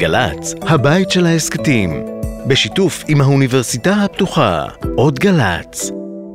גל"צ, הבית של העסקתים, בשיתוף עם האוניברסיטה הפתוחה, עוד גל"צ.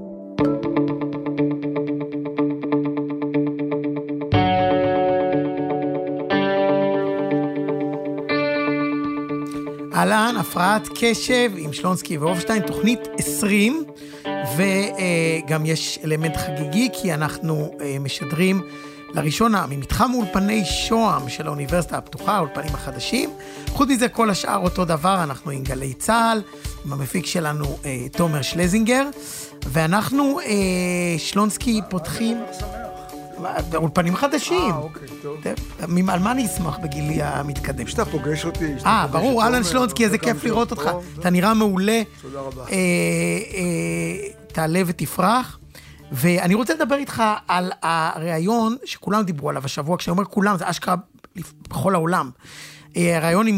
אהלן, הפרעת קשב עם שלונסקי ואופשטיין, תוכנית 20, וגם יש אלמנט חגיגי, כי אנחנו משדרים לראשונה ממתחם אולפני שוהם של האוניברסיטה הפתוחה, האולפנים החדשים. חוץ מזה, כל השאר אותו דבר, אנחנו עם גלי צהל, עם המפיק שלנו תומר שלזינגר, ואנחנו, שלונסקי, פותחים אולפנים חדשים. אוקיי, טוב. על מה אני אשמח בגילי המתקדם? שאתה פוגש אותי. ברור, אלן שלונסקי, איזה כיף לראות אותך. אתה נראה מעולה. תודה רבה. תעלה ותפרח. ואני רוצה לדבר איתך על הרעיון שכולם דיברו עליו השבוע, כשאני אומר כולם, זה אשכרה בכל העולם. הרעיון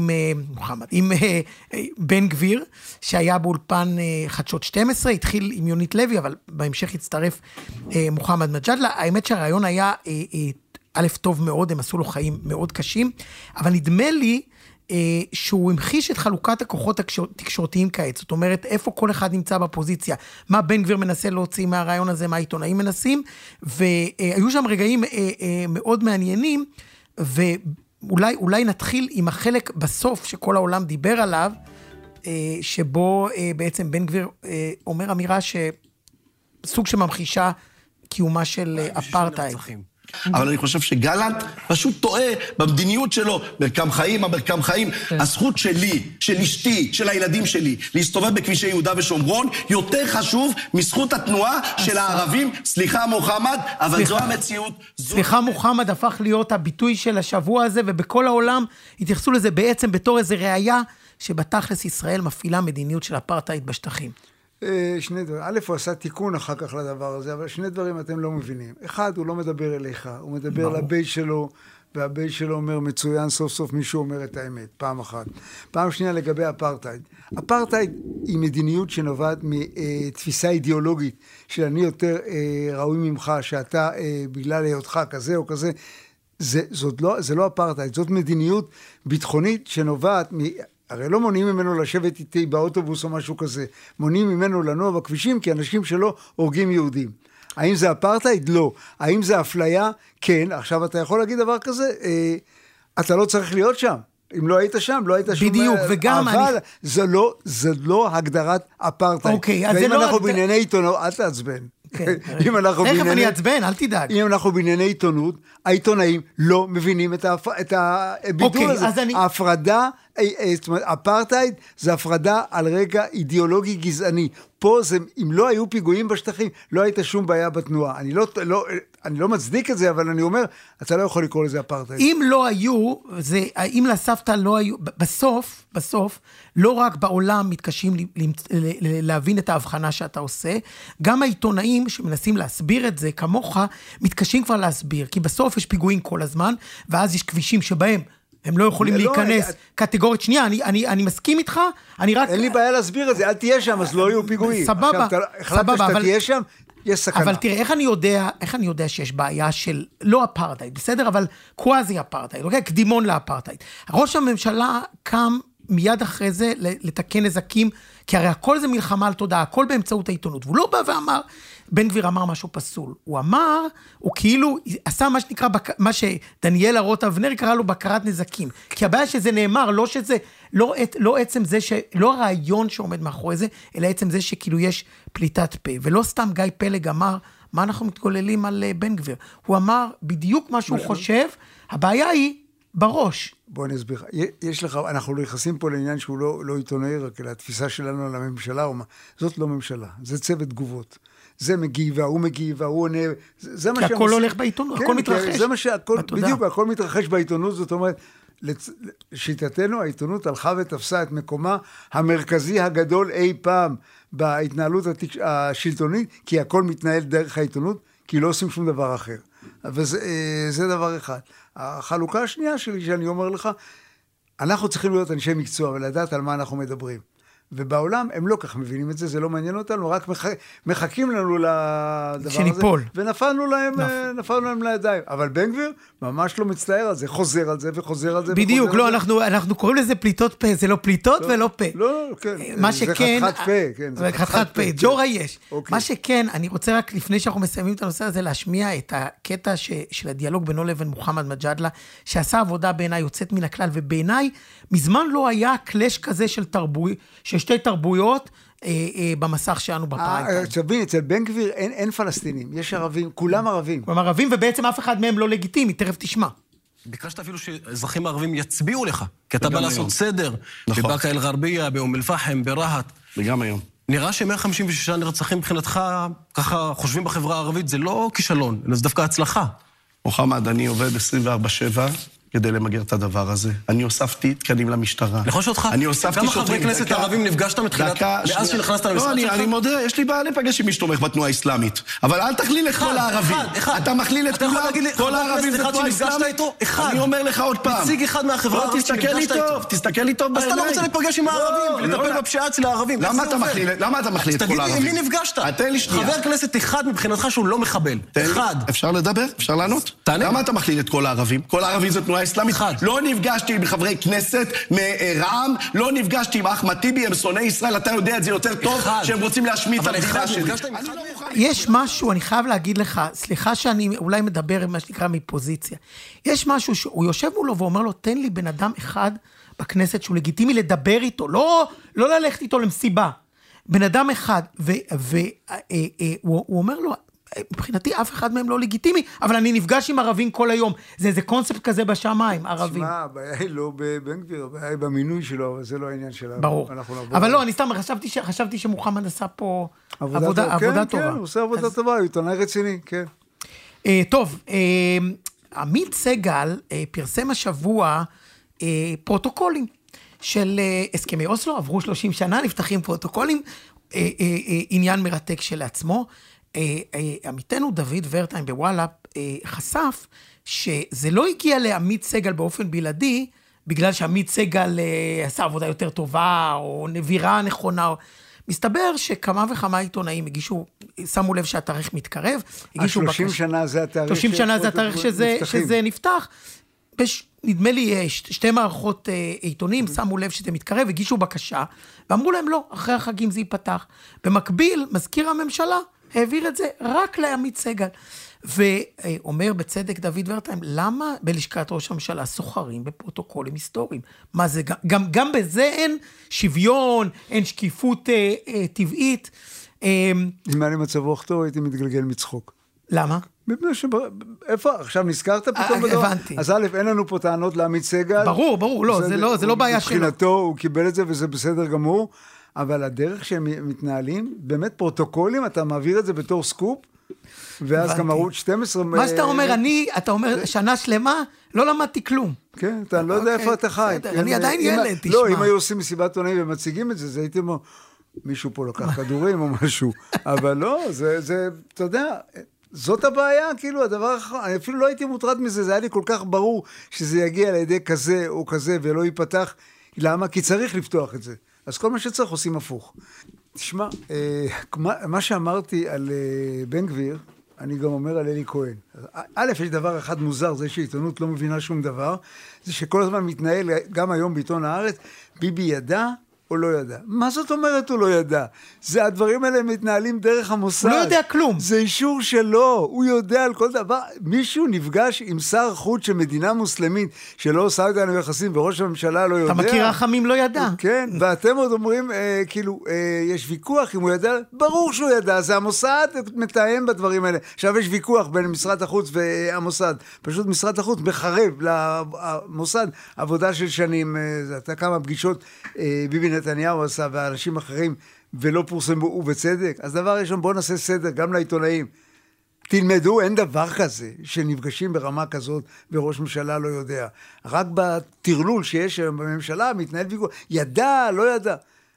עם בן גביר, שהיה באולפן חדשות 12, התחיל עם יונית לוי, אבל בהמשך הצטרף מוחמד מג'אדלה. האמת שהרעיון היה א' טוב מאוד, הם עשו לו חיים מאוד קשים, אבל נדמה לי שהוא המחיש את חלוקת הכוחות התקשורתיים כעת, זאת אומרת, איפה כל אחד נמצא בפוזיציה, מה בן גביר מנסה להוציא מהרעיון הזה, מה העיתונאים מנסים, והיו שם רגעים מאוד מעניינים, ואולי נתחיל עם החלק בסוף שכל העולם דיבר עליו, שבו בעצם בן גביר אומר אמירה שסוג שממחישה קיומה של אפרטהייד. אבל אני חושב שגלנט פשוט טועה במדיניות שלו, מרקם חיים, המרקם חיים. הזכות שלי, של אשתי, של הילדים שלי, להסתובב בכבישי יהודה ושומרון, יותר חשוב מזכות התנועה של הערבים. סליחה מוחמד, אבל זו המציאות. סליחה מוחמד הפך להיות הביטוי של השבוע הזה, ובכל העולם התייחסו לזה בעצם בתור איזו ראייה, שבתכלס ישראל מפעילה מדיניות של אפרטהייד בשטחים. שני דברים. א', הוא עשה תיקון אחר כך לדבר הזה, אבל שני דברים אתם לא מבינים. אחד, הוא לא מדבר אליך, הוא מדבר לבית שלו, והבית שלו אומר מצוין, סוף סוף מישהו אומר את האמת, פעם אחת. פעם שנייה לגבי אפרטהייד. אפרטהייד היא מדיניות שנובעת מתפיסה אידיאולוגית, שאני יותר ראוי ממך, שאתה בגלל היותך כזה או כזה, זה לא אפרטהייד, זאת מדיניות ביטחונית שנובעת הרי לא מונעים ממנו לשבת איתי באוטובוס או משהו כזה. מונעים ממנו לנוע בכבישים כי אנשים שלו הורגים יהודים. האם זה אפרטהייד? לא. האם זה אפליה? כן. עכשיו אתה יכול להגיד דבר כזה, אתה לא צריך להיות שם. אם לא היית שם, לא היית שום... בדיוק, וגם אבל זה לא הגדרת אפרטהייד. אוקיי, אז זה לא... ואם אנחנו בענייני עיתונות, אל תעצבן. תכף אני אעצבן, אל תדאג. אם אנחנו בענייני עיתונות, העיתונאים לא מבינים את הביטול הזה. ההפרדה, אפרטהייד זה הפרדה על רקע אידיאולוגי גזעני. פה זה, אם לא היו פיגועים בשטחים, לא הייתה שום בעיה בתנועה. אני לא מצדיק את זה, אבל אני אומר, אתה לא יכול לקרוא לזה אפרטהייד. אם לא היו, אם לסבתא לא היו, בסוף, לא רק בעולם מתקשים להבין את ההבחנה שאתה עושה, גם העיתונאים שמנסים להסביר את זה כמוך, מתקשים כבר להסביר, כי בסוף יש פיגועים כל הזמן, ואז יש כבישים שבהם הם לא יכולים להיכנס קטגורית. שנייה, אני מסכים איתך, אני רק... אין לי בעיה להסביר את זה, אל תהיה שם, אז לא יהיו פיגועים. סבבה, החלטת שאתה תהיה שם, יש סכנה. אבל תראה, איך אני יודע שיש בעיה של, לא אפרטהייד, בסדר? אבל קוואזי אפרטהייד, אוקיי? קדימון לאפרטהייד. ראש הממשלה קם מיד אחרי זה לתקן נזקים, כי הרי הכל זה מלחמה על תודעה, הכל באמצעות העיתונות. והוא לא בא ואמר, בן גביר אמר משהו פסול. הוא אמר, הוא כאילו עשה מה שנקרא, מה שדניאל הרוט אבנר קרא לו בקרת נזקים. כי הבעיה שזה נאמר, לא שזה, לא עצם זה, לא הרעיון שעומד מאחורי זה, אלא עצם זה שכאילו יש פליטת פה. ולא סתם גיא פלג אמר, מה אנחנו מתגוללים על בן גביר. הוא אמר בדיוק מה שהוא חושב, הבעיה היא בראש. בוא נסביר. יש לך, אנחנו נכנסים פה לעניין שהוא לא עיתונאי, רק אלא התפיסה שלנו על הממשלה, זאת לא ממשלה, זה צוות תגובות. זה מגיב, והוא מגיב, והוא עונה, זה מה כי הכל הולך בעיתונות, הכל מתרחש. זה מה שהכל, בדיוק, הכל מתרחש בעיתונות, זאת אומרת, לשיטתנו, העיתונות הלכה ותפסה את מקומה המרכזי הגדול אי פעם בהתנהלות השלטונית, כי הכל מתנהל דרך העיתונות, כי לא עושים שום דבר אחר. וזה דבר אחד. החלוקה השנייה שלי, שאני אומר לך, אנחנו צריכים להיות אנשי מקצוע ולדעת על מה אנחנו מדברים. ובעולם הם לא כך מבינים את זה, זה לא מעניין אותנו, רק מחכים לנו לדבר שניפול. הזה. ונפלנו להם לידיים. אבל בן גביר ממש לא מצטער על זה, חוזר על זה וחוזר על זה. בדיוק, לא, אנחנו קוראים לזה פליטות פה, זה לא פליטות ולא פה. לא, כן. מה שכן... זה חתיכת פה, כן. זה חתיכת פה, ג'ורה יש. מה שכן, אני רוצה רק לפני שאנחנו מסיימים את הנושא הזה, להשמיע את הקטע של הדיאלוג בינו לבין מוחמד מג'אדלה, שעשה עבודה בעיניי יוצאת מן הכלל, ובעיניי מזמן לא היה קלאש כזה של שתי תרבויות במסך שלנו בפריים. תבין, אצל בן גביר אין פלסטינים, יש ערבים, כולם ערבים. כולם ערבים, ובעצם אף אחד מהם לא לגיטימי, תכף תשמע. ביקשת אפילו שאזרחים ערבים יצביעו לך, כי אתה בא לעשות סדר, בבאקה אל-גרבייה, באום אל-פחם, ברהט. וגם היום. נראה ש156 נרצחים מבחינתך, ככה חושבים בחברה הערבית, זה לא כישלון, אלא זה דווקא הצלחה. מוחמד, אני עובד 24/7 כדי למגר את הדבר הזה. אני הוספתי תקנים למשטרה. לחוש אותך? אני הוספתי כמה חברי כנסת ערבים נפגשת מתחילת, מאז שנכנסת למשרד שלך? לא, אני מודה, יש לי בעיה לפגש עם מי שתומך בתנועה האסלאמית. אבל אל תכליל את כל הערבים. אתה מכליל את כולם, כל הערבים זה תנועה אסלאמית. אני אומר לך עוד פעם. נציג אחד מהחברה הערבית שנפגשת איתו. תסתכל לי טוב בעיניים. אז אתה לא רוצה להיפגש עם הערבים ולטפל בפשיעה אצל הערבים. למה אתה מכליל את כל הערבים? עם מי נפגשת? תן לי שנייה. חבר כנסת אחד מבחינתך שהוא לא מחבל. אחד. אפשר לדבר? אפשר לענות? למה אתה מכליל את כל הערבים? כל הערבים זה תנועה אסלאמית. לא נפגשתי עם חברי כנסת מרע"מ, לא נפגשתי עם אחמד טיבי, הם שונאי ישראל, אתה יודע את זה יותר טוב, שהם רוצים להשמיץ את המדינה שלי. יש משהו, אני חייב להגיד לך, סליחה שאני אולי מדבר מה שנקרא מפוזיציה, יש משהו שהוא יושב מולו ואומר לו, תן לי בן אדם אחד בכנסת שהוא לגיטימי לדבר איתו, לא ללכת איתו למסיבה, בן אדם אחד, והוא אומר לו, מבחינתי אף אחד מהם לא לגיטימי, אבל אני נפגש עם ערבים כל היום. זה איזה קונספט כזה בשמיים, ערבים. תשמע, הבעיה היא לא בבן גביר, הבעיה היא במינוי שלו, אבל זה לא העניין שלנו. ברור. אבל לא, אני סתם חשבתי שמוחמד עשה פה עבודה טובה. כן, הוא עושה עבודה טובה, הוא עיתונאי רציני, כן. טוב, עמית סגל פרסם השבוע פרוטוקולים של הסכמי אוסלו, עברו 30 שנה, נפתחים פרוטוקולים, עניין מרתק שלעצמו. עמיתנו דוד ורטיים בוואלאפ חשף שזה לא הגיע לעמית סגל באופן בלעדי, בגלל שעמית סגל עשה עבודה יותר טובה, או נבירה נכונה. מסתבר שכמה וכמה עיתונאים הגישו, שמו לב שהתאריך מתקרב, הגישו 30 שנה זה התאריך. 30 שנה זה התאריך שזה נפתח. נדמה לי שתי מערכות עיתונים שמו לב שזה מתקרב, הגישו בקשה, ואמרו להם לא, אחרי החגים זה ייפתח. במקביל, מזכיר הממשלה העביר את זה רק לעמית סגל. ואומר בצדק דוד ורטיים, למה בלשכת ראש הממשלה סוחרים בפרוטוקולים היסטוריים? מה זה? גם בזה אין שוויון, אין שקיפות טבעית. אם היה לי מצב רוח טוב, הייתי מתגלגל מצחוק. למה? איפה? עכשיו נזכרת פתאום בדור? הבנתי. אז א', אין לנו פה טענות לעמית סגל. ברור, לא, זה לא בעיה שלו. מבחינתו, הוא קיבל את זה וזה בסדר גמור, אבל הדרך שהם מתנהלים, באמת פרוטוקולים, אתה מעביר את זה בתור סקופ, ואז גם ערוץ 12... מה שאתה אומר, אתה אומר שנה שלמה, לא למדתי כלום. כן, אתה לא יודע איפה אתה חי. אני עדיין ילד, תשמע. לא, אם היו עושים מסיבת עונאים ומציגים את זה, זה הייתי אומר, מישהו פה לקח כדורים או משהו, אבל לא, זה, אתה יודע... זאת הבעיה, כאילו, הדבר האחרון, אני אפילו לא הייתי מוטרד מזה, זה היה לי כל כך ברור שזה יגיע לידי כזה או כזה ולא ייפתח. למה? כי צריך לפתוח את זה. אז כל מה שצריך עושים הפוך. תשמע, מה שאמרתי על בן גביר, אני גם אומר על אלי כהן. א', יש דבר אחד מוזר, זה שעיתונות לא מבינה שום דבר, זה שכל הזמן מתנהל, גם היום בעיתון הארץ, ביבי ידע, או לא ידע. מה זאת אומרת הוא לא ידע? זה הדברים האלה מתנהלים דרך המוסד. הוא לא יודע כלום. זה אישור שלו, הוא יודע על כל דבר. מישהו נפגש עם שר חוץ של מדינה מוסלמית, שלא עושה איתנו יחסים, וראש הממשלה לא יודע. אתה מכיר רחמים לא ידע. כן, ואתם עוד אומרים, כאילו, יש ויכוח אם הוא ידע, ברור שהוא ידע, זה המוסד מתאם בדברים האלה. עכשיו יש ויכוח בין משרד החוץ והמוסד. פשוט משרד החוץ מחרב למוסד עבודה של שנים, אתה כמה פגישות ביבי נתניהו עשה ואנשים אחרים ולא פורסמו ובצדק. אז דבר ראשון, בואו נעשה סדר גם לעיתונאים. תלמדו, אין דבר כזה שנפגשים ברמה כזאת וראש ממשלה לא יודע. רק בתרלול שיש היום בממשלה מתנהל ויכוח. ידע, לא ידע.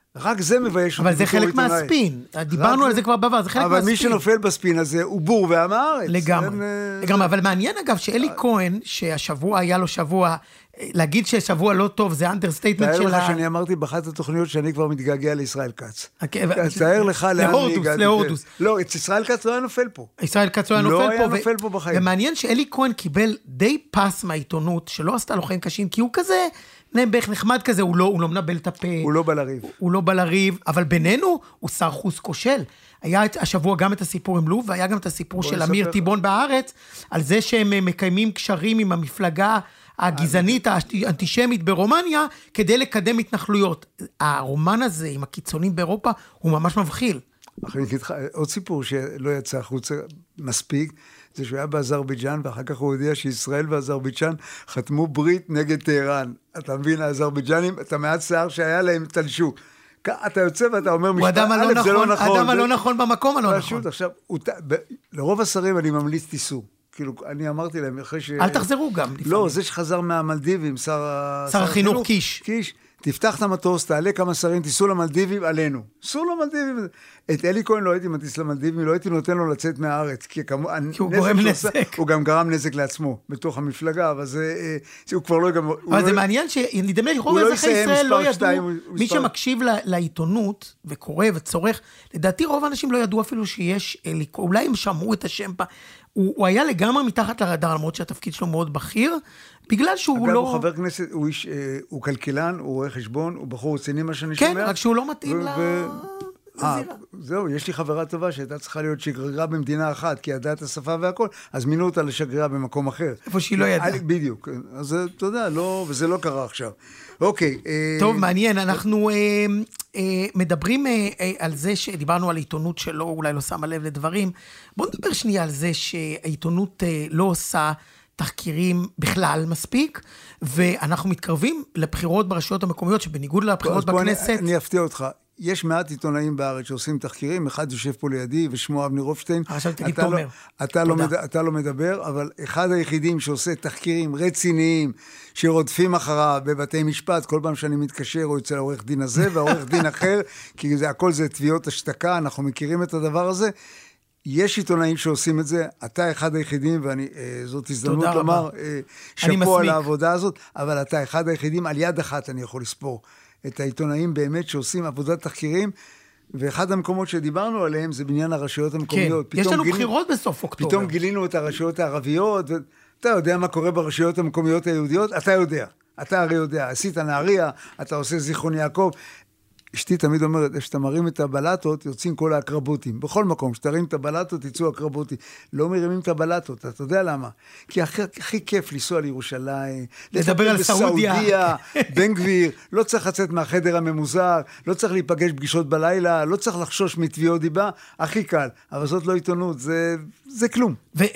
רק זה מבייש. אבל זה חלק מהספין. דיברנו על זה כבר בעבר, זה חלק מהספין. אבל מי שנופל בספין הזה הוא בור ועם הארץ. לגמרי. אבל מעניין אגב שאלי כהן, שהשבוע היה לו שבוע, להגיד ששבוע לא טוב, זה אנדרסטייטמנט של תאר לך שאני אמרתי באחת התוכניות שאני כבר מתגעגע לישראל כץ. תאר לך לאן אני הגעתי. להורדוס. לא, את ישראל כץ לא היה נופל פה. ישראל כץ לא היה נופל פה. לא היה נופל פה בחיים. ומעניין שאלי כהן קיבל די פס מהעיתונות, שלא עשתה לו חיים קשים, כי הוא כזה נעבך נחמד כזה, הוא לא מנבל את הפה. הוא לא בא לריב. הוא לא בא לריב, אבל בינינו הוא שר חוץ כושל. היה השבוע גם את הסיפור עם לוב, והיה גם את הסיפור של אמיר טיבון בארץ, על זה שהם מקיימים קשרים עם המפלגה הגזענית, האנטישמית ברומניה, כדי לקדם התנחלויות. הרומן הזה עם הקיצונים באירופה, הוא ממש מבחיל. אני אגיד לך, עוד סיפור שלא יצא החוצה מספיק, זה שהוא היה באזרבייג'אן, ואחר כך הוא הודיע שישראל ואזרבייג'אן חתמו ברית נגד טהרן. אתה מבין, האזרבייג'נים, את המעט שיער שהיה להם תלשו. אתה יוצא ואתה אומר משפט, א', זה לא נכון. הוא אדם הלא נכון במקום הלא נכון. עכשיו, לרוב השרים אני ממליץ תיסעו. כאילו, אני אמרתי להם, אחרי ש... אל תחזרו גם. לא, זה שחזר מהמלדיבים, שר החינוך קיש. תפתח את המטוס, תעלה כמה שרים, תיסעו למלדיבים, עלינו. סעו למלדיבים. את אלי כהן לא הייתי מטיס למלדיבים, לא הייתי נותן לו לצאת מהארץ, כי הוא גורם נזק. הוא גם גרם נזק לעצמו, בתוך המפלגה, אבל הוא כבר לא... אבל זה מעניין שנדמה לי, רוב אזרחי ישראל לא ידעו, מי שמקשיב לעיתונות, וקורא וצורך, לדעתי רוב האנשים לא ידעו אפילו שיש, אולי הם שמעו את השם פעם, הוא היה לגמרי מתחת לרדאר, למרות שהתפקיד שלו מאוד בכיר, בגלל שהוא לא... הוא חבר כנסת, הוא כלכלן, הוא רואה חשבון, הוא בחור רציני מה שאני שומע. כן, רק שהוא לא מתאים לזירה. זהו, יש לי חברה טובה שהייתה צריכה להיות שגרירה במדינה אחת, כי ידעה את השפה והכל, אז מינו אותה לשגרירה במקום אחר. איפה שהיא לא ידעה. בדיוק, אז אתה יודע, וזה לא קרה עכשיו. אוקיי. טוב, מעניין, אנחנו מדברים על זה שדיברנו על עיתונות שלא, אולי לא שמה לב לדברים. בואו נדבר שנייה על זה שהעיתונות לא עושה תחקירים בכלל מספיק, ואנחנו מתקרבים לבחירות ברשויות המקומיות, שבניגוד לבחירות בכנסת... אני אפתיע אותך. יש מעט עיתונאים בארץ שעושים תחקירים, אחד יושב פה לידי ושמו אבני רופשטיין. עכשיו תגיד תומר. אתה לא מדבר, אבל אחד היחידים שעושה תחקירים רציניים, שרודפים אחריו בבתי משפט, כל פעם שאני מתקשר הוא יוצא לעורך דין הזה והעורך דין אחר, כי הכל זה תביעות השתקה, אנחנו מכירים את הדבר הזה. יש עיתונאים שעושים את זה, אתה אחד היחידים, וזאת הזדמנות לומר, שפו על העבודה הזאת, אבל אתה אחד היחידים, על יד אחת אני יכול לספור. את העיתונאים באמת שעושים עבודת תחקירים, ואחד המקומות שדיברנו עליהם זה בניין הרשויות המקומיות. כן, יש לנו בחירות בסוף אוקטובר. פתאום גילינו את הרשויות הערביות, ואתה יודע מה קורה ברשויות המקומיות היהודיות? אתה יודע, אתה הרי יודע, עשית נהריה, אתה עושה זיכרון יעקב, אשתי תמיד אומרת, כשאתה מרים את הבלטות, יוצאים כל האקרבוטים. בכל מקום, כשתרים את הבלטות, יצאו אקרבוטים. לא מרימים את הבלטות, אתה יודע למה? כי הכי כיף לנסוע לירושלים, לדבר על סעודיה, בן גביר, לא צריך לצאת מהחדר הממוזר, לא צריך להיפגש פגישות בלילה, לא צריך לחשוש מתביעות דיבה, הכי קל. אבל זאת לא עיתונות, זה כלום.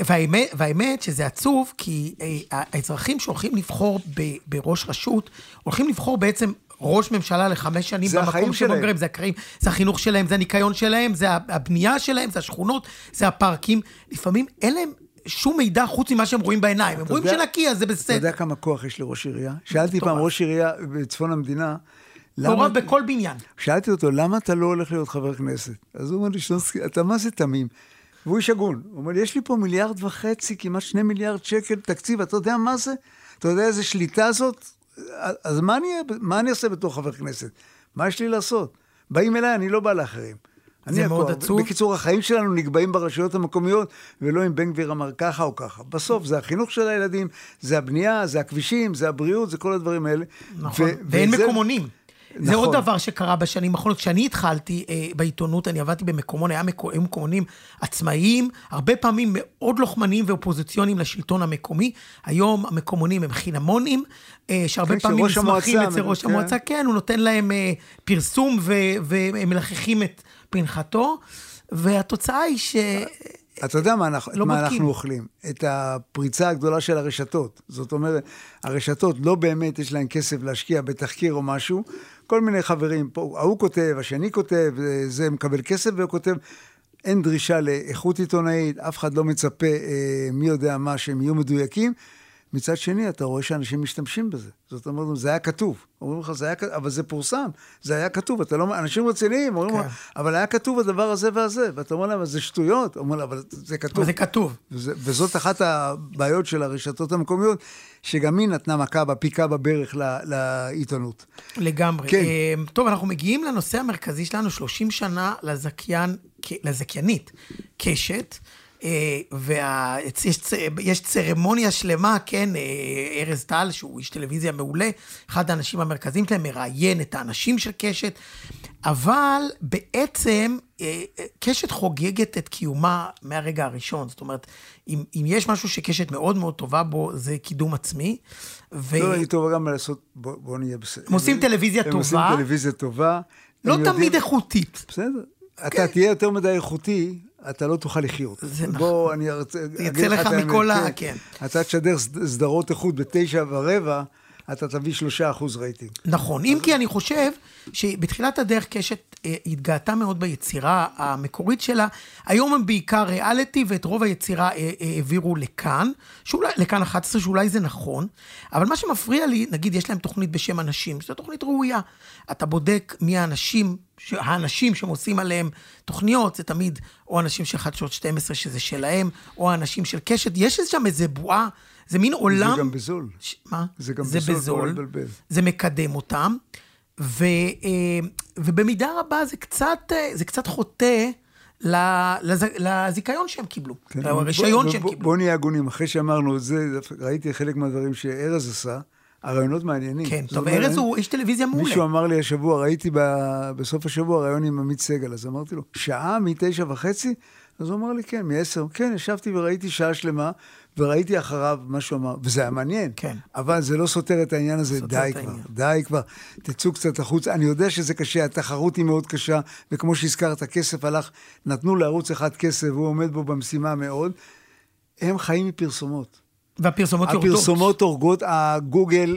והאמת שזה עצוב, כי האזרחים שהולכים לבחור בראש רשות, הולכים לבחור בעצם ראש ממשלה ל5 שנים במקום שבו גרים, זה הקרעים, זה החינוך שלהם, זה הניקיון שלהם, זה הבנייה שלהם, זה השכונות, זה הפארקים. לפעמים אין להם שום מידע חוץ ממה שהם רואים בעיניים. הם רואים שנקי, אז זה בסדר. אתה יודע כמה כוח יש לראש עירייה? שאלתי פעם ראש עירייה בצפון המדינה, מעורב בכל בניין. שאלתי אותו, למה אתה לא הולך להיות חבר כנסת? אז הוא אומר לי, אתה מה זה תמים? והוא איש הגון. הוא אומר לי, יש לי פה 1.5 מיליארד, כמעט 2 מיליארד שקל תקציב, אתה יודע מה זה? אתה יודע איזה שליטה זאת? אז מה אני עושה בתור חבר כנסת? מה יש לי לעשות? באים אליי, אני לא בא לאחרים. זה מאוד עצוב. בקיצור, החיים שלנו נקבעים ברשויות המקומיות, ולא אם בן גביר אמר ככה או ככה. בסוף זה החינוך של הילדים, זה הבנייה, זה הכבישים, זה הבריאות, זה כל הדברים האלה. נכון, ואין מקומונים. זה עוד דבר שקרה בשנים האחרונות. כשאני התחלתי בעיתונות, אני עבדתי במקומון, היו מקומונים עצמאיים, הרבה פעמים מאוד לוחמניים ואופוזיציוניים לשלטון המקומי. היום המקומונים הם חינמונים, שהרבה פעמים מסמכים אצל ראש המועצה, כן, הוא נותן להם פרסום והם מלחכים את פנחתו, והתוצאה היא ש... אתה יודע מה אנחנו אוכלים? את הפריצה הגדולה של הרשתות. זאת אומרת, הרשתות לא באמת יש להן כסף להשקיע בתחקיר או משהו. כל מיני חברים פה, ההוא כותב, השני כותב, זה מקבל כסף והוא כותב. אין דרישה לאיכות עיתונאית, אף אחד לא מצפה מי יודע מה שהם יהיו מדויקים. מצד שני, אתה רואה שאנשים משתמשים בזה. זאת אומרת, זה היה כתוב. אומרים לך, זה היה כתוב, אבל זה פורסם. זה היה כתוב, אתה לא... אנשים רציניים, אומרים לך, אבל היה כתוב הדבר הזה והזה. ואתה אומר להם, אבל זה שטויות. אומר להם, אבל זה כתוב. אבל זה כתוב. וזאת אחת הבעיות של הרשתות המקומיות, שגם היא נתנה מכה בפיקה בברך לעיתונות. לגמרי. כן. טוב, אנחנו מגיעים לנושא המרכזי שלנו, 30 שנה לזכיינית, קשת, ויש צרמוניה שלמה, כן, ארז טל, שהוא איש טלוויזיה מעולה, אחד האנשים המרכזיים שלהם, מראיין את האנשים של קשת, אבל בעצם קשת חוגגת את קיומה מהרגע הראשון, זאת אומרת, אם יש משהו שקשת מאוד מאוד טובה בו, זה קידום עצמי. לא, אני טובה גם לעשות, בוא נהיה בסדר. הם עושים טלוויזיה טובה. הם עושים טלוויזיה טובה. לא תמיד איכותית. בסדר. אתה תהיה יותר מדי איכותי, אתה לא תוכל לחיות. זה נכון. בוא, אני יצא לך מכל כן. אתה תשדר סדרות איכות ב9:15, אתה תביא 3% רייטינג. נכון, אם כי אני חושב שבתחילת הדרך קשת התגאתה מאוד ביצירה המקורית שלה, היום הם בעיקר ריאליטי, ואת רוב היצירה העבירו לכאן, לכאן 11, שאולי זה נכון, אבל מה שמפריע לי, נגיד יש להם תוכנית בשם אנשים, זו תוכנית ראויה, אתה בודק מי האנשים שעושים עליהם תוכניות, זה תמיד או אנשים של חדשות 12 שזה שלהם, או האנשים של קשת, יש שם איזה בועה, זה מין עולם... זה גם בזול. מה? זה גם בזול. זה מקדם אותם, ובמידה רבה זה קצת חוטא לזיכיון שהם קיבלו, לרישיון שהם קיבלו. בוא נהיה הגונים, אחרי שאמרנו את זה, ראיתי חלק מהדברים שארז עשה, הרעיונות מעניינים. כן, טוב, ארז הוא איש טלוויזיה מעולה. מישהו אמר לי השבוע, ראיתי בסוף השבוע רעיון עם עמית סגל, אז אמרתי לו, שעה מ9:30? אז הוא אמר לי, כן, מ10. כן, ישבתי וראיתי שעה שלמה, וראיתי אחריו מה שהוא אמר, וזה היה מעניין. כן. אבל זה לא סותר את העניין הזה, די כבר. תצאו קצת החוץ. אני יודע שזה קשה, התחרות היא מאוד קשה, וכמו שהזכרת, הכסף הלך, נתנו לערוץ אחד כסף, והוא עומד בו במשימה מאוד. הם חיים מפרסומות. והפרסומות יורדות. הפרסומות הורגות, הגוגל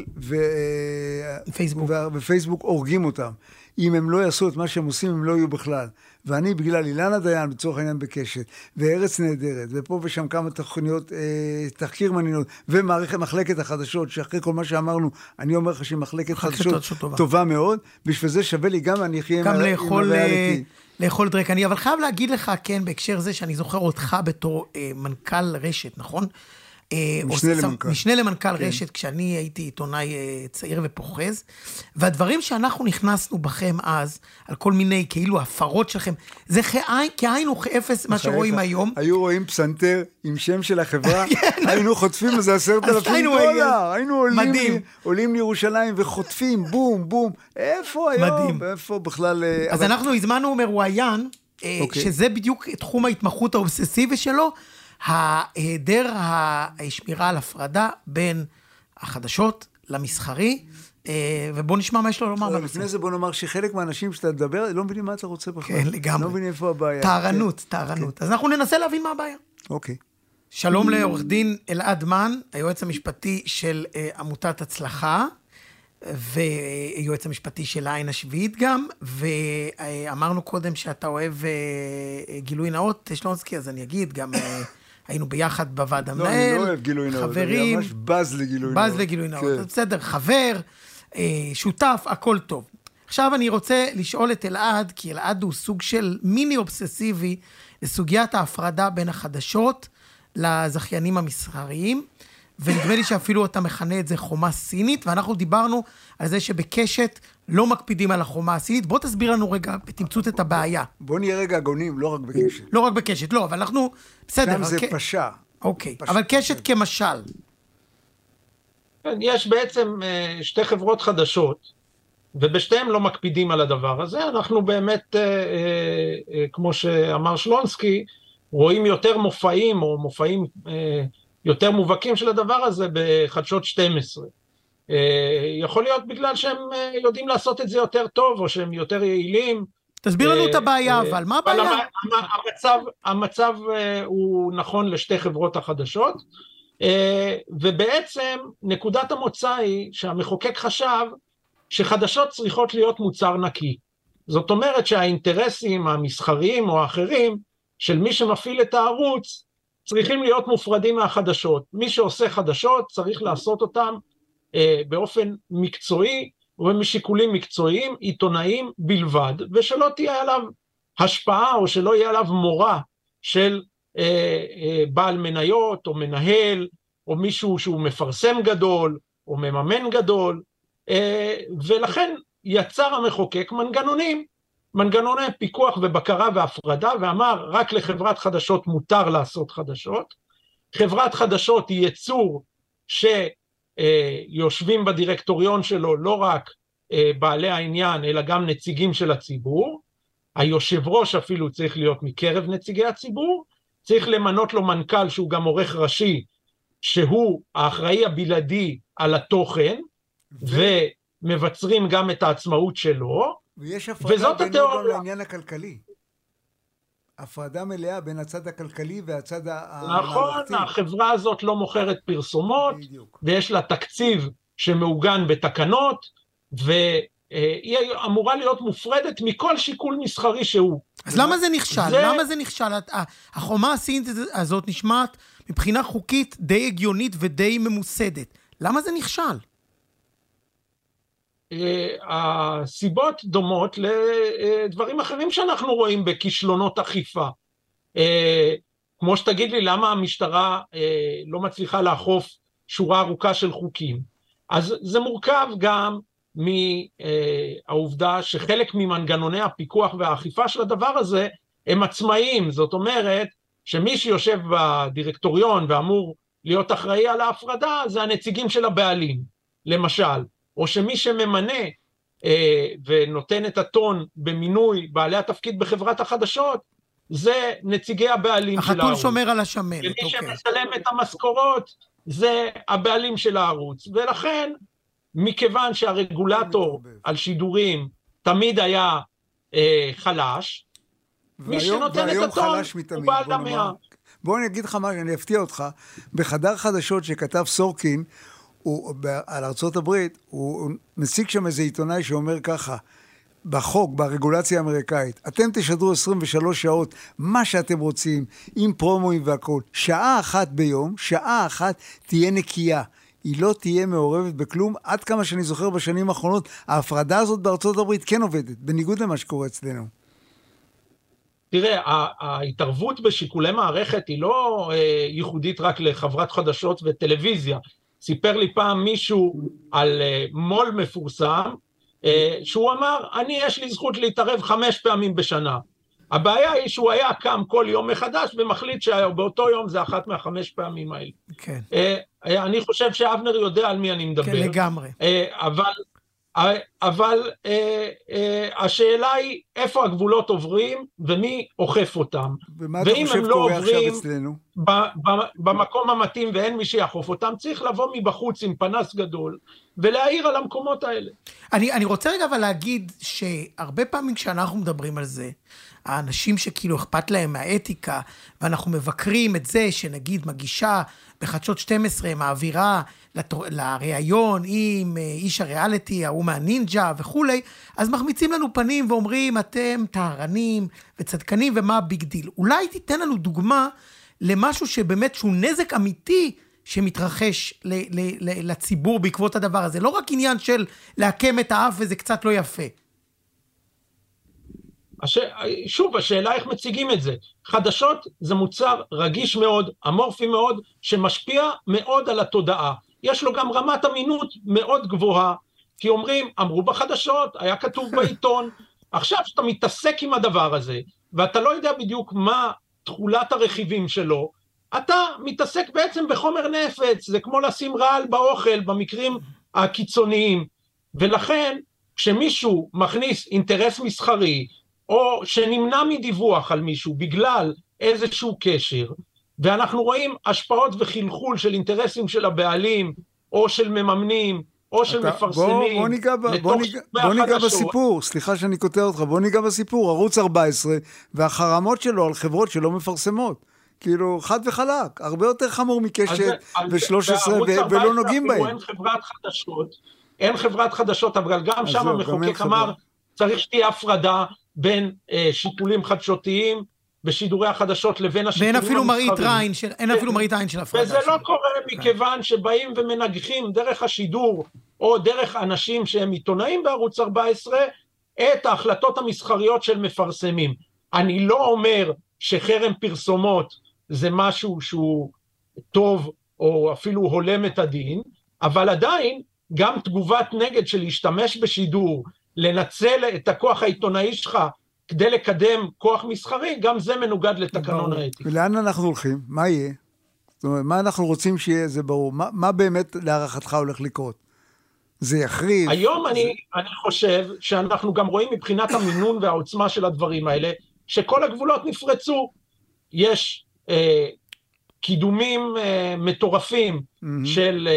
ופייסבוק הורגים אותם. אם הם לא יעשו את מה שהם עושים, הם לא יהיו בכלל. ואני, בגלל אילנה דיין, בצורך העניין בקשת, וארץ נהדרת, ופה ושם כמה תוכניות, תחקיר מעניינות, ומחלקת החדשות, שאחרי כל מה שאמרנו, אני אומר לך שהיא מחלקת חדשות טובה מאוד, בשביל זה שווה לי גם, אני אחיה עם הריאליטי. לאכול דרק. אני אבל חייב להגיד לך, כן, בהקשר זה, שאני זוכר אותך בתור מנכ"ל רשת, נכון? משנה למנכ"ל רשת, כשאני הייתי עיתונאי צעיר ופוחז, והדברים שאנחנו נכנסנו בכם אז, על כל מיני כאילו הפרות שלכם, זה כאין וכאפס מה שרואים היום. היו רואים פסנתר עם שם של החברה, היינו חוטפים איזה $10,000, היינו עולים לירושלים וחוטפים, בום, בום, איפה היום? איפה בכלל... אז אנחנו הזמנו מרואיין, שזה בדיוק תחום ההתמחות האובססיבי שלו, ההיעדר השמירה על הפרדה בין החדשות למסחרי, ובוא נשמע מה יש לו לומר בנושא. לפני זה בוא נאמר שחלק מהאנשים שאתה מדבר, לא מבינים מה אתה רוצה בכלל. כן, לגמרי. לא מבינים איפה הבעיה. טהרנות. אז אנחנו ננסה להבין מה הבעיה. אוקיי. שלום לעורך דין אלעד מן, היועץ המשפטי של עמותת הצלחה, ויועץ המשפטי של העין השביעית גם, ואמרנו קודם שאתה אוהב גילוי נאות, שלונסקי, אז אני אגיד, גם היינו ביחד בוועד המנהל. לא, אני לא אוהב גילוי נאות, חברים, אני ממש בז לגילוי נאות. בז לגילוי נאות, בסדר, חבר, שותף, הכל טוב. עכשיו אני רוצה לשאול את אלעד, כי אלעד הוא סוג של מיני אובססיבי, לסוגיית ההפרדה בין החדשות לזכיינים המסחריים, ונדמה לי שאפילו אתה מכנה את זה חומה סינית, ואנחנו דיברנו על זה שבקשת לא מקפידים על החומה הסינית. בוא תסביר לנו רגע בתמצות את הבעיה. בוא נהיה רגע הגונים, לא רק בקשת. לא רק בקשת, לא, אבל אנחנו... בסדר. שם זה פשע. אוקיי, אבל קשת כמשל. יש בעצם שתי חברות חדשות, ובשתיהם לא מקפידים על הדבר הזה. אנחנו באמת, כמו שאמר שלונסקי, רואים יותר מופעים, או מופעים יותר מובהקים של הדבר הזה בחדשות 12. יכול להיות בגלל שהם יודעים לעשות את זה יותר טוב, או שהם יותר יעילים. תסביר לנו את הבעיה, אבל מה הבעיה? המצב הוא נכון לשתי חברות החדשות, ובעצם נקודת המוצא היא שהמחוקק חשב שחדשות צריכות להיות מוצר נקי. זאת אומרת שהאינטרסים המסחריים או האחרים של מי שמפעיל את הערוץ, צריכים להיות מופרדים מהחדשות. מי שעושה חדשות צריך לעשות אותם באופן מקצועי, ומשיקולים מקצועיים, עיתונאיים בלבד, ושלא תהיה עליו השפעה, או שלא יהיה עליו מורה של בעל מניות, או מנהל, או מישהו שהוא מפרסם גדול, או מממן גדול, ולכן יצר המחוקק מנגנוני פיקוח ובקרה והפרדה, ואמר רק לחברת חדשות מותר לעשות חדשות. חברת חדשות היא יצור שיושבים בדירקטוריון שלו לא רק בעלי העניין, אלא גם נציגים של הציבור. היושב ראש אפילו צריך להיות מקרב נציגי הציבור, צריך למנות לו מנכ"ל שהוא גם עורך ראשי, שהוא האחראי הבלעדי על התוכן, ומבצרים גם את העצמאות שלו, ויש הפרדה בינו גם לעניין הכלכלי. הפרדה מלאה בין הצד הכלכלי והצד המערכתי. נכון, החברה הזאת לא מוכרת פרסומות, ויש לה תקציב שמעוגן בתקנות, והיא אמורה להיות מופרדת מכל שיקול מסחרי שהוא. אז למה זה נכשל? למה זה נכשל? החומה הסינית הזאת נשמעת מבחינה חוקית די הגיונית ודי ממוסדת. למה זה נכשל? הסיבות דומות לדברים אחרים שאנחנו רואים בכישלונות אכיפה. כמו שתגיד לי, למה המשטרה לא מצליחה לאכוף שורה ארוכה של חוקים? אז זה מורכב גם מהעובדה שחלק ממנגנוני הפיקוח והאכיפה של הדבר הזה הם עצמאיים. זאת אומרת שמי שיושב בדירקטוריון ואמור להיות אחראי על ההפרדה זה הנציגים של הבעלים, למשל. או שמי שממנה ונותן את הטון במינוי בעלי התפקיד בחברת החדשות, זה נציגי הבעלים של הערוץ. החתול שומר על השמנת. ומי שמשלם את המשכורות, זה הבעלים של הערוץ. ולכן, מכיוון שהרגולטור על שידורים תמיד היה חלש, מי שנותן את הטון הוא בעל דמיה. בואו אני אגיד לך מה, אני אפתיע אותך. בחדר חדשות שכתב סורקין, על ארצות הברית, הוא מציג שם איזה עיתונאי שאומר ככה, בחוק, ברגולציה האמריקאית, אתם תשדרו 23 שעות, מה שאתם רוצים, עם פרומואים והכל, שעה אחת ביום, שעה אחת תהיה נקייה, היא לא תהיה מעורבת בכלום, עד כמה שאני זוכר בשנים האחרונות, ההפרדה הזאת בארצות הברית כן עובדת, בניגוד למה שקורה אצלנו. תראה, ההתערבות בשיקולי מערכת היא לא ייחודית רק לחברת חדשות וטלוויזיה, סיפר לי פעם מישהו על מול מפורסם, שהוא אמר, יש לי זכות להתערב 5 פעמים בשנה. הבעיה היא שהוא היה קם כל יום מחדש, ומחליט שבאותו יום זה אחת מה5 פעמים האלה. כן. אני חושב שאבנר יודע על מי אני מדבר. כן, לגמרי. אבל השאלה היא איפה הגבולות עוברים ומי אוכף אותם. ואם הם לא עוברים במקום המתאים ואין מי שיאכוף אותם, צריך לבוא מבחוץ עם פנס גדול ולהעיר על המקומות האלה. אני רוצה רגע אבל להגיד שהרבה פעמים כשאנחנו מדברים על זה, האנשים שכאילו אכפת להם מהאתיקה, ואנחנו מבקרים את זה שנגיד מגישה בחדשות 12 מעבירה לראיון עם איש הריאליטי, ההוא מהנינג'ה וכולי, אז מחמיצים לנו פנים ואומרים, אתם טהרנים וצדקנים ומה ביג דיל. אולי תיתן לנו דוגמה למשהו שבאמת שהוא נזק אמיתי שמתרחש לציבור בעקבות הדבר הזה. לא רק עניין של להקם את האף וזה קצת לא יפה. שוב, השאלה איך מציגים את זה. חדשות זה מוצר רגיש מאוד, אמורפי מאוד, שמשפיע מאוד על התודעה. יש לו גם רמת אמינות מאוד גבוהה, כי אומרים, אמרו בחדשות, היה כתוב בעיתון, עכשיו שאתה מתעסק עם הדבר הזה, ואתה לא יודע בדיוק מה תכולת הרכיבים שלו, אתה מתעסק בעצם בחומר נפץ, זה כמו לשים רעל באוכל במקרים הקיצוניים, ולכן כשמישהו מכניס אינטרס מסחרי, או שנמנע מדיווח על מישהו בגלל איזשהו קשר, ואנחנו רואים השפעות וחלחול של אינטרסים של הבעלים, או של מממנים, או של מפרסמים. בוא ניגע בסיפור, סליחה שאני קוטע אותך, בוא ניגע בסיפור, ערוץ 14, והחרמות שלו על חברות שלא מפרסמות. כאילו, חד וחלק, הרבה יותר חמור מקשת ו-13 ולא נוגעים בהם. אין חברת חדשות, אבל גם שם המחוקק אמר, צריך שתהיה הפרדה בין שיקולים חדשותיים בשידורי החדשות לבין השידורים המסחריים. אין אפילו מראית עין של הפרדה. וזה לא קורה מכיוון שבאים ומנגחים דרך השידור, או דרך אנשים שהם עיתונאים בערוץ 14, את ההחלטות המסחריות של מפרסמים. אני לא אומר שחרם פרסומות זה משהו שהוא טוב, או אפילו הולם את הדין, אבל עדיין גם תגובת נגד של להשתמש בשידור, לנצל את הכוח העיתונאי שלך, כדי לקדם כוח מסחרי, גם זה מנוגד לתקנון האתיקה. ולאן אנחנו הולכים? מה יהיה? זאת אומרת, מה אנחנו רוצים שיהיה? זה ברור. מה באמת להערכתך הולך לקרות? זה יחריב? היום אני חושב שאנחנו גם רואים מבחינת המינון והעוצמה של הדברים האלה, שכל הגבולות נפרצו. יש קידומים מטורפים של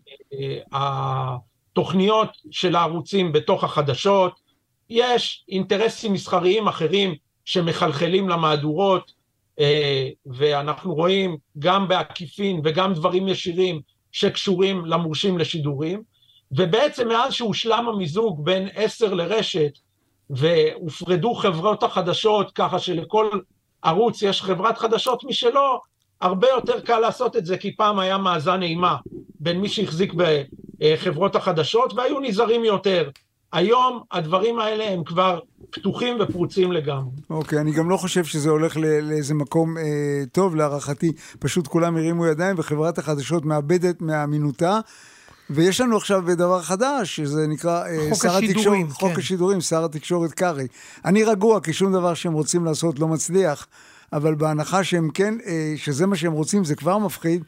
התוכניות של הערוצים בתוך החדשות, יש אינטרסים מסחריים אחרים שמחלחלים למהדורות, ואנחנו רואים גם בעקיפין וגם דברים ישירים שקשורים למורשים לשידורים, ובעצם מאז שהושלם המיזוג בין 10 לרשת, והופרדו חברות החדשות, ככה שלכל ערוץ יש חברת חדשות משלו, הרבה יותר קל לעשות את זה, כי פעם היה מאזן אימה בין מי שהחזיק בחברות החדשות, והיו נזהרים יותר. היום הדברים האלה הם כבר פתוחים ופרוצים לגמרי. אוקיי, אני גם לא חושב שזה הולך לאיזה מקום טוב להערכתי, פשוט כולם הרימו ידיים וחברת החדשות מאבדת מאמינותה, ויש לנו עכשיו דבר חדש, שזה נקרא חוק השידורים, שר התקשורת קרי. אני רגוע, כי שום דבר שהם רוצים לעשות לא מצליח, אבל בהנחה שהם כן, שזה מה שהם רוצים, זה כבר מפחיד.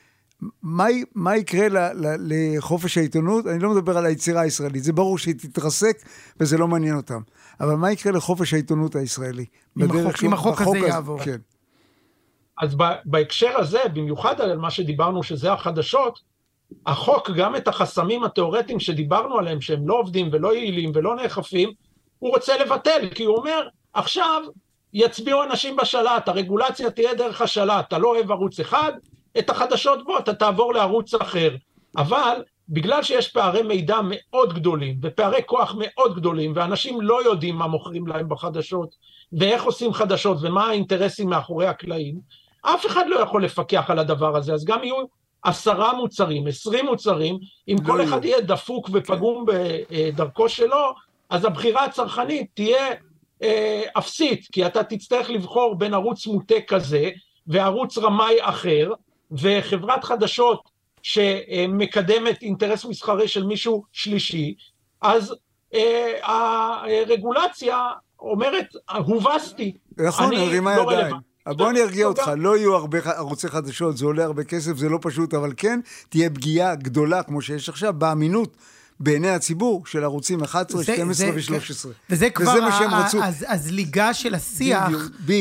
מה יקרה לחופש העיתונות? אני לא מדבר על היצירה הישראלית, זה ברור שהיא תתרסק וזה לא מעניין אותם. אבל מה יקרה לחופש העיתונות הישראלי? אם החוק הזה יעבור. כן. אז בהקשר הזה, במיוחד על מה שדיברנו שזה החדשות, החוק גם את החסמים התיאורטיים שדיברנו עליהם, שהם לא עובדים ולא יעילים ולא נאכפים, הוא רוצה לבטל, כי הוא אומר, עכשיו יצביעו אנשים בשלט, הרגולציה תהיה דרך השלט, אתה לא אוהב ערוץ אחד, את החדשות בו, אתה תעבור לערוץ אחר. אבל בגלל שיש פערי מידע מאוד גדולים, ופערי כוח מאוד גדולים, ואנשים לא יודעים מה מוכרים להם בחדשות, ואיך עושים חדשות, ומה האינטרסים מאחורי הקלעים, אף אחד לא יכול לפקח על הדבר הזה, אז גם יהיו 10 מוצרים, 20 מוצרים, אם כל אחד יהיה דפוק ופגום בדרכו שלו, אז הבחירה הצרכנית תהיה אפסית, כי אתה תצטרך לבחור בין ערוץ מוטה כזה, וערוץ רמאי אחר, וחברת חדשות שמקדמת אינטרס מסחרי של מישהו שלישי, אז הרגולציה אומרת, הובסתי. נכון, הרימה ידיים. בוא אני ארגיע אותך, לא יהיו הרבה ערוצי חדשות, זה עולה הרבה כסף, זה לא פשוט, אבל כן תהיה פגיעה גדולה, כמו שיש עכשיו, באמינות בעיני הציבור של ערוצים 11, 12 ו-13. וזה כבר הזליגה של השיח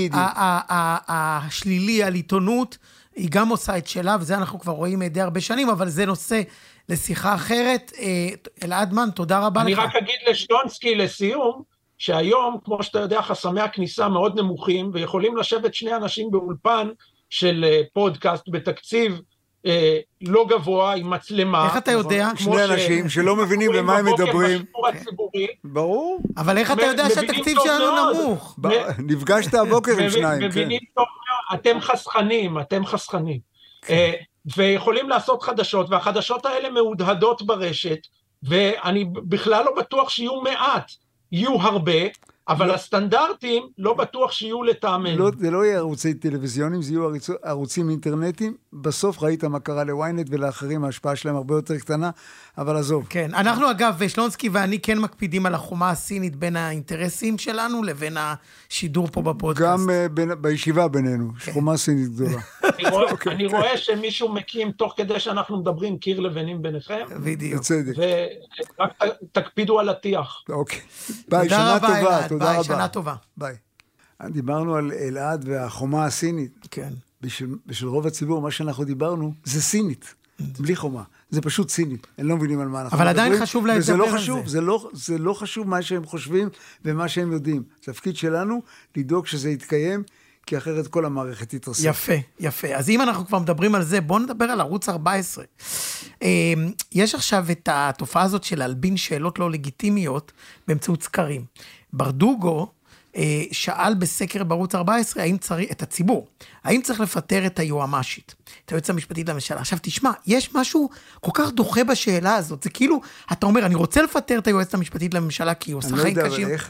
השלילי על עיתונות, היא גם עושה את שלה, וזה אנחנו כבר רואים די הרבה שנים, אבל זה נושא לשיחה אחרת. אלעד מן, תודה רבה לך. אני רק אגיד לשלונסקי לסיום, שהיום, כמו שאתה יודע, חסמי הכניסה מאוד נמוכים, ויכולים לשבת 2 אנשים באולפן של פודקאסט בתקציב לא גבוה, עם מצלמה. איך אתה יודע? 2 אנשים שלא מבינים במה הם מדברים. ברור. אבל איך אתה יודע שהתקציב שלנו נמוך? נפגשת הבוקר עם 2. מבינים טוב, אתם חסכנים. ויכולים לעשות חדשות, והחדשות האלה מהודהדות ברשת, ואני בכלל לא בטוח שיהיו מעט, יהיו הרבה, אבל הסטנדרטים לא בטוח שיהיו לטעמנו. זה לא יהיה ערוצי טלוויזיונים, זה יהיו ערוצים אינטרנטיים. בסוף ראית מה קרה לוויינט ולאחרים, ההשפעה שלהם הרבה יותר קטנה, אבל עזוב. כן, אנחנו אגב, שלונסקי ואני כן מקפידים על החומה הסינית בין האינטרסים שלנו לבין השידור פה בפודקאסט. גם בישיבה בינינו, חומה סינית גדולה. אני רואה שמישהו מקים תוך כדי שאנחנו מדברים קיר לבנים ביניכם. בדיוק. בצדק. ורק תקפידו על הטיח. אוקיי. ביי, שנה טובה. תודה רבה. שנה טובה. ביי. דיברנו על אלעד והחומה הסינית. כן. בשביל רוב הציבור, מה שאנחנו דיברנו, זה סינית. בלי חומה. זה פשוט סינית. הם לא מבינים על מה אנחנו מדברים. אבל עדיין חשוב לדבר על זה. זה לא חשוב מה שהם חושבים ומה שהם יודעים. התפקיד שלנו לדאוג שזה יתקיים, כי אחרת כל המערכת תתרסק. יפה, יפה. אז אם אנחנו כבר מדברים על זה, בואו נדבר על ערוץ 14. יש עכשיו את התופעה הזאת של להלבין שאלות לא לגיטימיות באמצעות סקרים. ברדוגו שאל בסקר בערוץ 14, את הציבור, האם צריך לפטר את היועמ"שית, את היועצת המשפטית לממשלה. עכשיו תשמע, יש משהו כל כך דוחה בשאלה הזאת, זה כאילו, אתה אומר, אני רוצה לפטר את היועצת המשפטית לממשלה, כי היא עושה חיים קשים. אני לא יודע איך,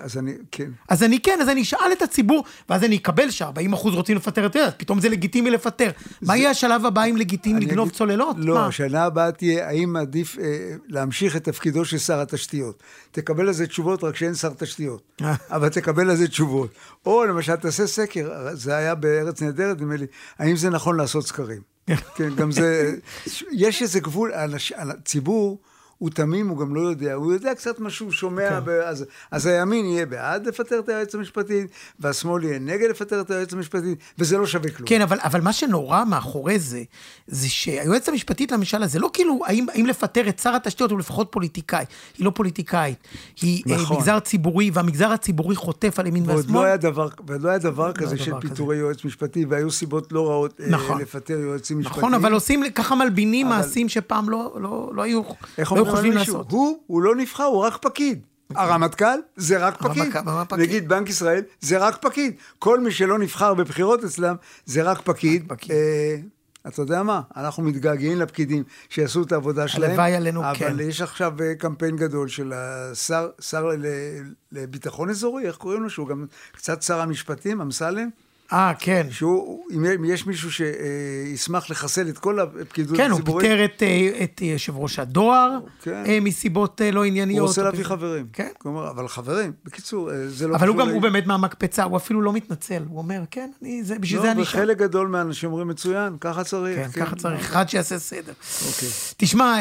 אז אני אשאל את הציבור, ואז אני אקבל ש40% רוצים לפטר את היועצת, פתאום זה לגיטימי לפטר. מה יהיה השלב הבא אם לגיטימי לגנוב צוללות? לא, השנה הבאה תהיה, האם עדיף להמשיך את תפקידו של שר התשתיות. תקבל לזה תשובות, רק שאין שר תשתיות. אבל תקבל לזה תשובות. או למשל, תעשה סקר, זה היה בארץ נהדרת, נדמה לי, האם זה נכון לעשות סקרים? כן, גם זה, יש איזה גבול, הציבור הוא תמים, הוא גם לא יודע, הוא יודע קצת משהו, שומע, אז הימין יהיה בעד לפטר את היועץ המשפטית, והשמאל יהיה נגד לפטר את היועץ המשפטית, וזה לא שווה כלום. כן, אבל מה שנורא מאחורי זה שהיועץ המשפטית לממשלה, זה לא כאילו, האם לפטר את שר התשתיות, הוא לפחות פוליטיקאי, היא לא פוליטיקאית, היא מגזר ציבורי, והמגזר הציבורי חוטף על ימין והשמאל. ועוד לא היה דבר כזה של פיטורי יועץ משפטי, והיו סיבות לא רעות לפטר יועצים משפטיים. נכון, אבל עושים ככה מלבינים מעשים שפעם לא היו חושבים לעשות. הוא לא נבחר, הוא רק פקיד. הרמטכ"ל זה רק פקיד. נגיד בנק ישראל זה רק פקיד. כל מי שלא נבחר בבחירות אצלם זה רק פקיד. אתה יודע מה? אנחנו מתגעגעים לפקידים שיעשו את העבודה שלהם. הלוואי עלינו, כן. אבל יש עכשיו קמפיין גדול של השר לביטחון אזורי, איך קוראים לו? שהוא גם קצת שר המשפטים, אמסלם. כן. אם יש מישהו שישמח לחסל את כל הפקידות הציבורית. כן, הוא פיטר את יושב ראש הדואר, מסיבות לא ענייניות. הוא רוצה להביא חברים. כן. אבל חברים, בקיצור, זה לא... אבל הוא באמת מהמקפצה, הוא אפילו לא מתנצל. הוא אומר, כן, בשביל זה אני שם. וחלק גדול מהאנשים אומרים מצוין, ככה צריך. כן, ככה צריך. אחד שיעשה סדר. תשמע,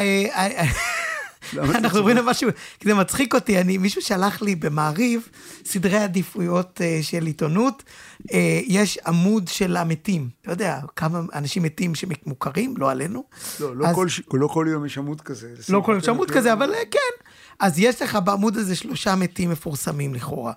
אנחנו עוברים למשהו, כי זה מצחיק אותי, מישהו שלח לי במעריב, סדרי עדיפויות של עיתונות, יש עמוד של המתים, אתה יודע, כמה אנשים מתים שמוכרים, לא עלינו. לא כל יום יש עמוד כזה. לא כל יום יש עמוד כזה, אבל כן. אז יש לך בעמוד הזה 3 מתים מפורסמים לכאורה.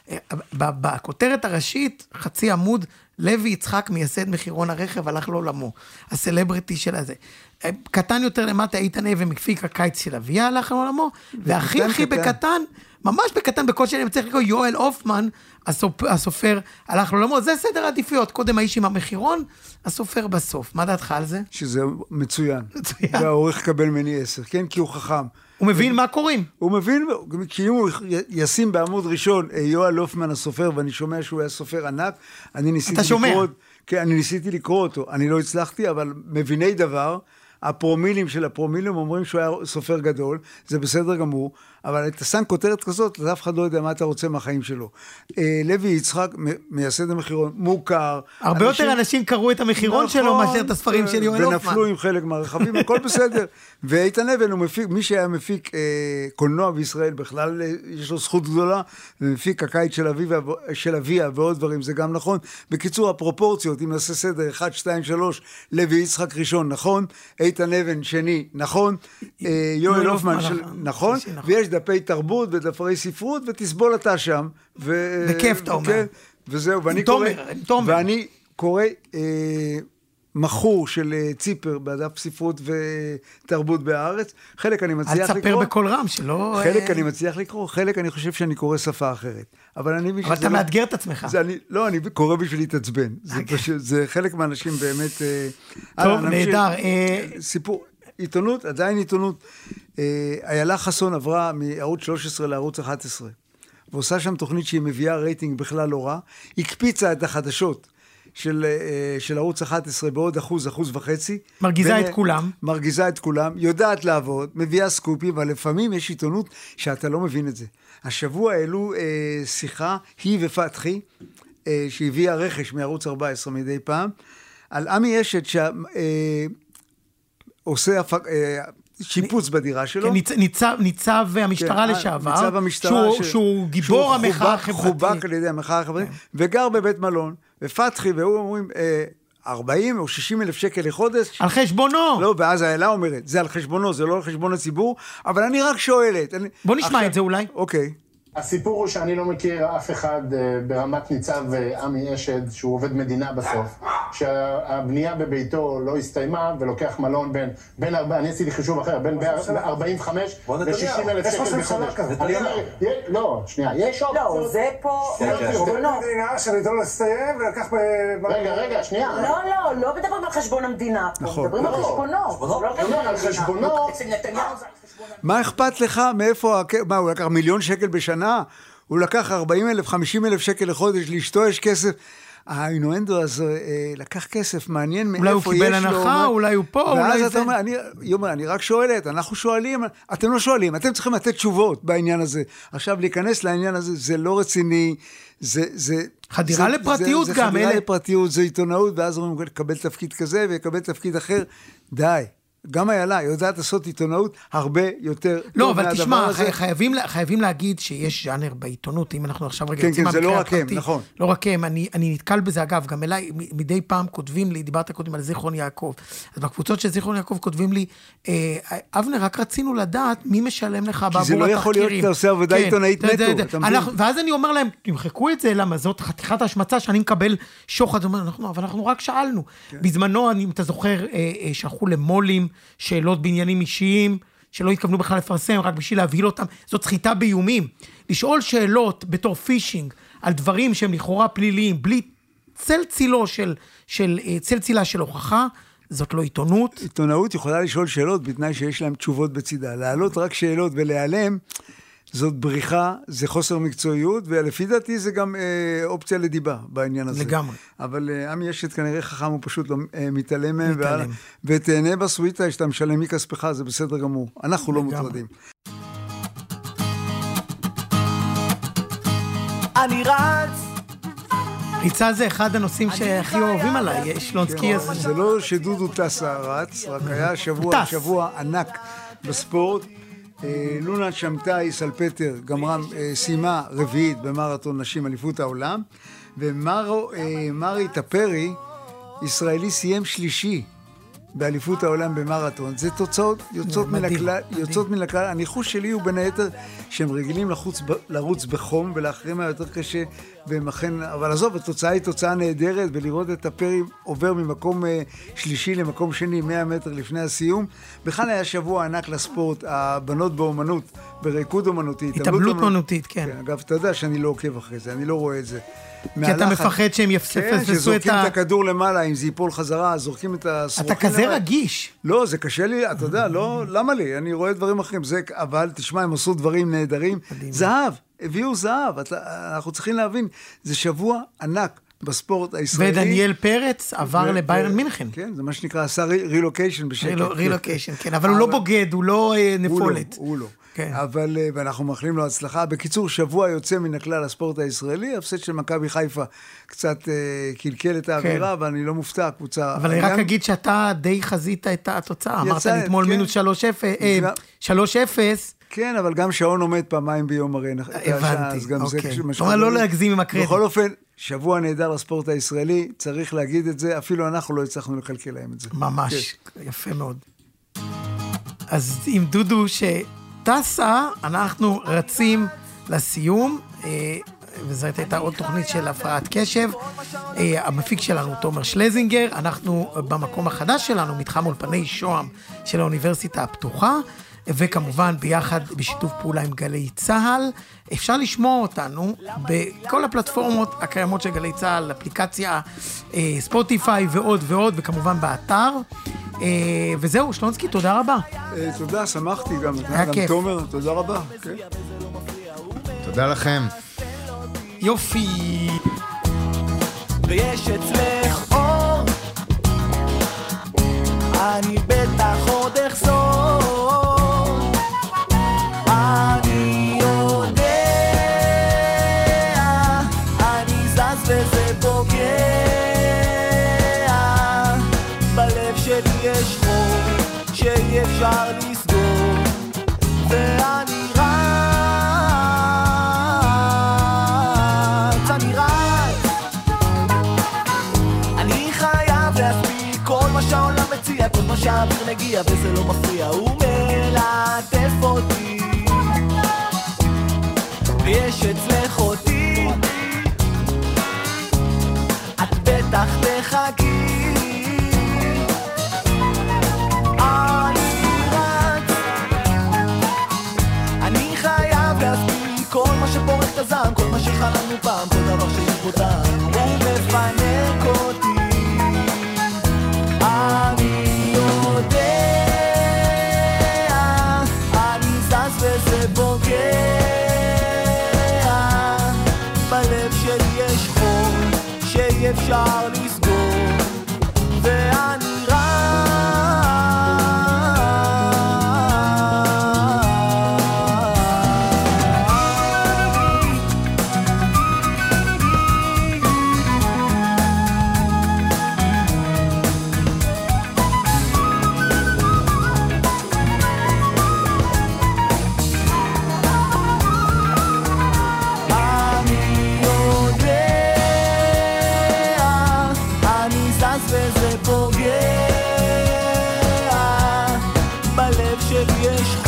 בכותרת הראשית, חצי עמוד, לוי יצחק מייסד מחירון הרכב, הלך לעולמו. הסלבריטי של הזה. קטן יותר למטה, איתן אבן מפיק הקיץ של אביה, הלך לעולמו, והכי בקטן, ממש בקטן, בקושי אני צריך לקרוא, יואל אופמן, הסופר, הלך לעולמו. זה סדר העדיפויות. קודם האיש עם המחירון, הסופר בסוף. מה דעתך על זה? שזה מצוין. והעורך קבל מני 10, כן? כי הוא חכם. הוא מבין מה קוראים. הוא מבין, כי אם הוא ישים בעמוד ראשון, יואל אופמן הסופר, ואני שומע שהוא היה סופר ענק, אני ניסיתי לקרוא אותו. אני לא הצלחתי, אבל מביני דבר, הפרומילים של הפרומילים אומרים שהוא היה סופר גדול, זה בסדר גמור, אבל אתה שם כותרת כזאת, אז אף אחד לא יודע מה אתה רוצה מהחיים שלו. לוי יצחק, מייסד המחירון, מוכר. הרבה יותר אנשים קראו את המחירון שלו, מאשר את הספרים של יואל אופמן. ונפלו עם חלק מהרכבים, הכל בסדר. ואיתן אבן הוא מפיק, מי שהיה מפיק קולנוע בישראל, בכלל יש לו זכות גדולה, ומפיק הקיץ של אביה ועוד דברים, זה גם נכון. בקיצור, הפרופורציות, אם נעשה סדר, 1, 2, 3, לוי יצחק ראשון, נכון, איתן אבן שני, נכון, יואל אופמן נכון, ויש דפי תרבות ודפי ספרות, ותסבול אתה שם. בכיף אתה אומר. כן, וזהו, ואני קורא מחור של ציפר בדף ספרות ותרבות בארץ, חלק אני מצליח לקרוא. אל תספר בכל רם שלא... חלק אני מצליח לקרוא, חלק אני חושב שאני קורא שפה אחרת. אבל אתה מאתגר את עצמך. לא, אני קורא בשביל להתעצבן. זה חלק מהאנשים באמת... טוב, נהדר. סיפור, עיתונות, עדיין עיתונות. איילה חסון עברה מערוץ 13 לערוץ 11, ועושה שם תוכנית שהיא מביאה רייטינג בכלל לא רע, הקפיצה את החדשות של ערוץ 11 בעוד 1.5%. מרגיזה את כולם. מרגיזה את כולם, יודעת לעבוד, מביאה סקופים, אבל לפעמים יש עיתונות שאתה לא מבין את זה. השבוע העלו שיחה, היא ופתחי, שהביאה רכש מערוץ 14 מדי פעם, על עמי אשת שעושה שיפוץ בדירה שלו. ניצב המשטרה לשעבר. ניצב המשטרה. שהוא גיבור המחאה החברתית. חובק על ידי המחאה החברתית, וגר בבית מלון, ופתחי, והוא אומרים, 40 או 60 אלף שקל לחודש. על חשבונו. לא, ואז האלה אומרת, זה על חשבונו, זה לא על חשבון הציבור, אבל אני רק שואלת. בוא נשמע את זה אולי. אוקיי. הסיפור הוא שאני לא מכיר אף אחד ברמת ניצב עמי אשד, שהוא עובד מדינה בסוף, שהבנייה בביתו לא הסתיימה ולוקח מלון בין אני עשיתי חישוב אחר, בין 45 ל-60,000 שקל בחודש. אני אומר, לא, שנייה, יש אופציות. לא, זה פה... עובד מדינה שביתו לא הסתיים ולקח רגע, שנייה. לא מדברים על חשבון המדינה פה, מדברים על חשבונות. לא על חשבונות. מה אכפת לך מאיפה, מה, הוא לקח 1,000,000 שקל בשנה? הוא לקח 40,000, 50,000 שקל לחודש, לאשתו יש כסף. האינואנדו הזה לקח כסף, מעניין מאיפה יש לו. אולי הוא קיבל הנחה, אולי הוא פה, אולי זה... ואז אתה אומר, אני רק שואלת, אנחנו שואלים, אתם לא שואלים, אתם צריכים לתת תשובות בעניין הזה. עכשיו, להיכנס לעניין הזה, זה לא רציני, זה... חדירה לפרטיות גם, זה חדירה לפרטיות, זה עיתונאות, ואז אומרים, לקבל תפקיד כזה ויקבל תפקיד אחר. די. גם איילה יודעת לעשות עיתונאות הרבה יותר טוב מהדבר הזה. לא, אבל תשמע, חייבים להגיד שיש ז'אנר בעיתונות, אם אנחנו עכשיו רגע... כן, זה לא רק הם, נכון. לא רק הם, אני נתקל בזה, אגב, גם אליי, מדי פעם כותבים לי, דיברת קודם על זיכרון יעקב, אז בקבוצות של זיכרון יעקב כותבים לי, אבנר, רק רצינו לדעת מי משלם לך בעבור התחקירים. כי זה לא יכול להיות שאתה עושה עבודה עיתונאית נטו. ואז אני אומר להם, תמחקו את זה, למה זאת חתיכת השמצה שאני מקבל שוחד, אבל אנחנו רק שאלנו. בזמנו, אם אתה זוכר, שלחו למולים שאלות בעניינים אישיים, שלא התכוונו בכלל לפרסם, רק בשביל להבהיל אותם. זאת סחיטה באיומים. לשאול שאלות בתור פישינג, על דברים שהם לכאורה פליליים, בלי צל צילה של הוכחה, זאת לא עיתונות. עיתונאות יכולה לשאול שאלות, בתנאי שיש להם תשובות בצידה. להעלות רק שאלות ולהיעלם, זאת בריחה, זה חוסר מקצועיות, ולפי דעתי זה גם אופציה לדיבה בעניין הזה. לגמרי. אבל עמי אשד כנראה חכם, הוא פשוט לא מתעלם מהם, ותהנה בסוויטה, שאתה משלם מכספך, זה בסדר גמור. אנחנו לא מוטרדים. אני רץ. ריצה זה אחד הנושאים שהכי אוהבים עליי, שלונסקי הזה. זה לא שדודו טסה רץ, רק היה שבוע ענק בספורט, לונה שמטאי סלפטר גמרה סיימה רביעית במרתון נשים אליפות העולם, ומרי טפרי ישראלי סיים שלישי באליפות העולם במרתון. זה תוצאות יוצאות מן הכלל. הניחוש שלי הוא בין היתר שהם רגילים לרוץ בחום, ולאחרים היה יותר קשה, אבל עזוב, התוצאה היא תוצאה נהדרת, ולראות את טפרי עובר ממקום שלישי למקום שני 100 מטר לפני הסיום. בכלל היה שבוע ענק לספורט, הבנות באומנות, בריקוד אומנותי. התאבלות אומנותית, כן. אגב, אתה יודע שאני לא עוקב אחרי זה, אני לא רואה את זה. כי אתה מפחד שהם יפספסו את שזורקים את הכדור למעלה, אם זה ייפול חזרה, זורקים את הסרוכים. אתה כזה רגיש. לא, זה קשה לי, אתה יודע, לא, למה לי? אני רואה דברים אחרים, אבל תשמע, הם עשו דברים נהדרים. זהב, הביאו זהב, אנחנו צריכים להבין, זה שבוע ענק בספורט הישראלי. ודניאל פרץ עבר לביירן מינכן. כן, זה מה שנקרא, עשה רילוקיישן בשקט. רילוקיישן, כן, אבל הוא לא בוגד, הוא לא נפולת. הוא לא. אבל, ואנחנו מאחלים לו הצלחה. בקיצור, שבוע יוצא מן הכלל הספורט הישראלי, הפסד של מכבי חיפה קצת קלקל את האווירה, ואני לא מופתע, קבוצה... אבל אני רק אגיד שאתה די חזית את התוצאה. אמרת לי אתמול מינוס 3-0. כן, אבל גם שעון עומד פעמיים ביום הרי. הבנתי, אוקיי. זאת אומרת, לא להגזים עם הקרדיט. בכל אופן, שבוע נהדר לספורט הישראלי, צריך להגיד את זה, אפילו אנחנו לא הצלחנו לקלקל להם את זה. ממש, יפה מאוד. אז עם דודו טסה, אנחנו רצים לסיום, וזאת הייתה עוד תוכנית של הפרעת קשב. המפיק שלנו תומר שלזינגר, אנחנו במקום החדש שלנו, מתחם אולפני שוהם של האוניברסיטה הפתוחה, וכמובן ביחד בשיתוף פעולה עם גלי צהל. אפשר לשמוע אותנו בכל הפלטפורמות הקיימות של גלי צהל, אפליקציה, ספוטיפיי ועוד ועוד, וכמובן באתר. וזהו, שלונסקי, תודה רבה. תודה, שמחתי גם. היה כיף. תומר, תודה רבה. תודה לכם. יופי. ויש אצלך אור, אני בטח עוד אחזור, אני יודע, אני זז וזה פוגע, בלב שלי יש חור שאי אפשר לסגור, ואני כל מה שהאוויר מגיע וזה לא מפריע, הוא מלטף אותי. שיש אצלך אותי, את בטח תחכי. אני רץ, אני חייב להספיק כל מה שפורק את הזעם, כל מה שחלמנו פעם, כל דבר שיש בו טעם, הוא מפנק אותי. אני יודע, אני זז וזה פוגע, בלב שלי יש חור שאי אפשר לסגור, ואני וזה פוגע, בלב שלי יש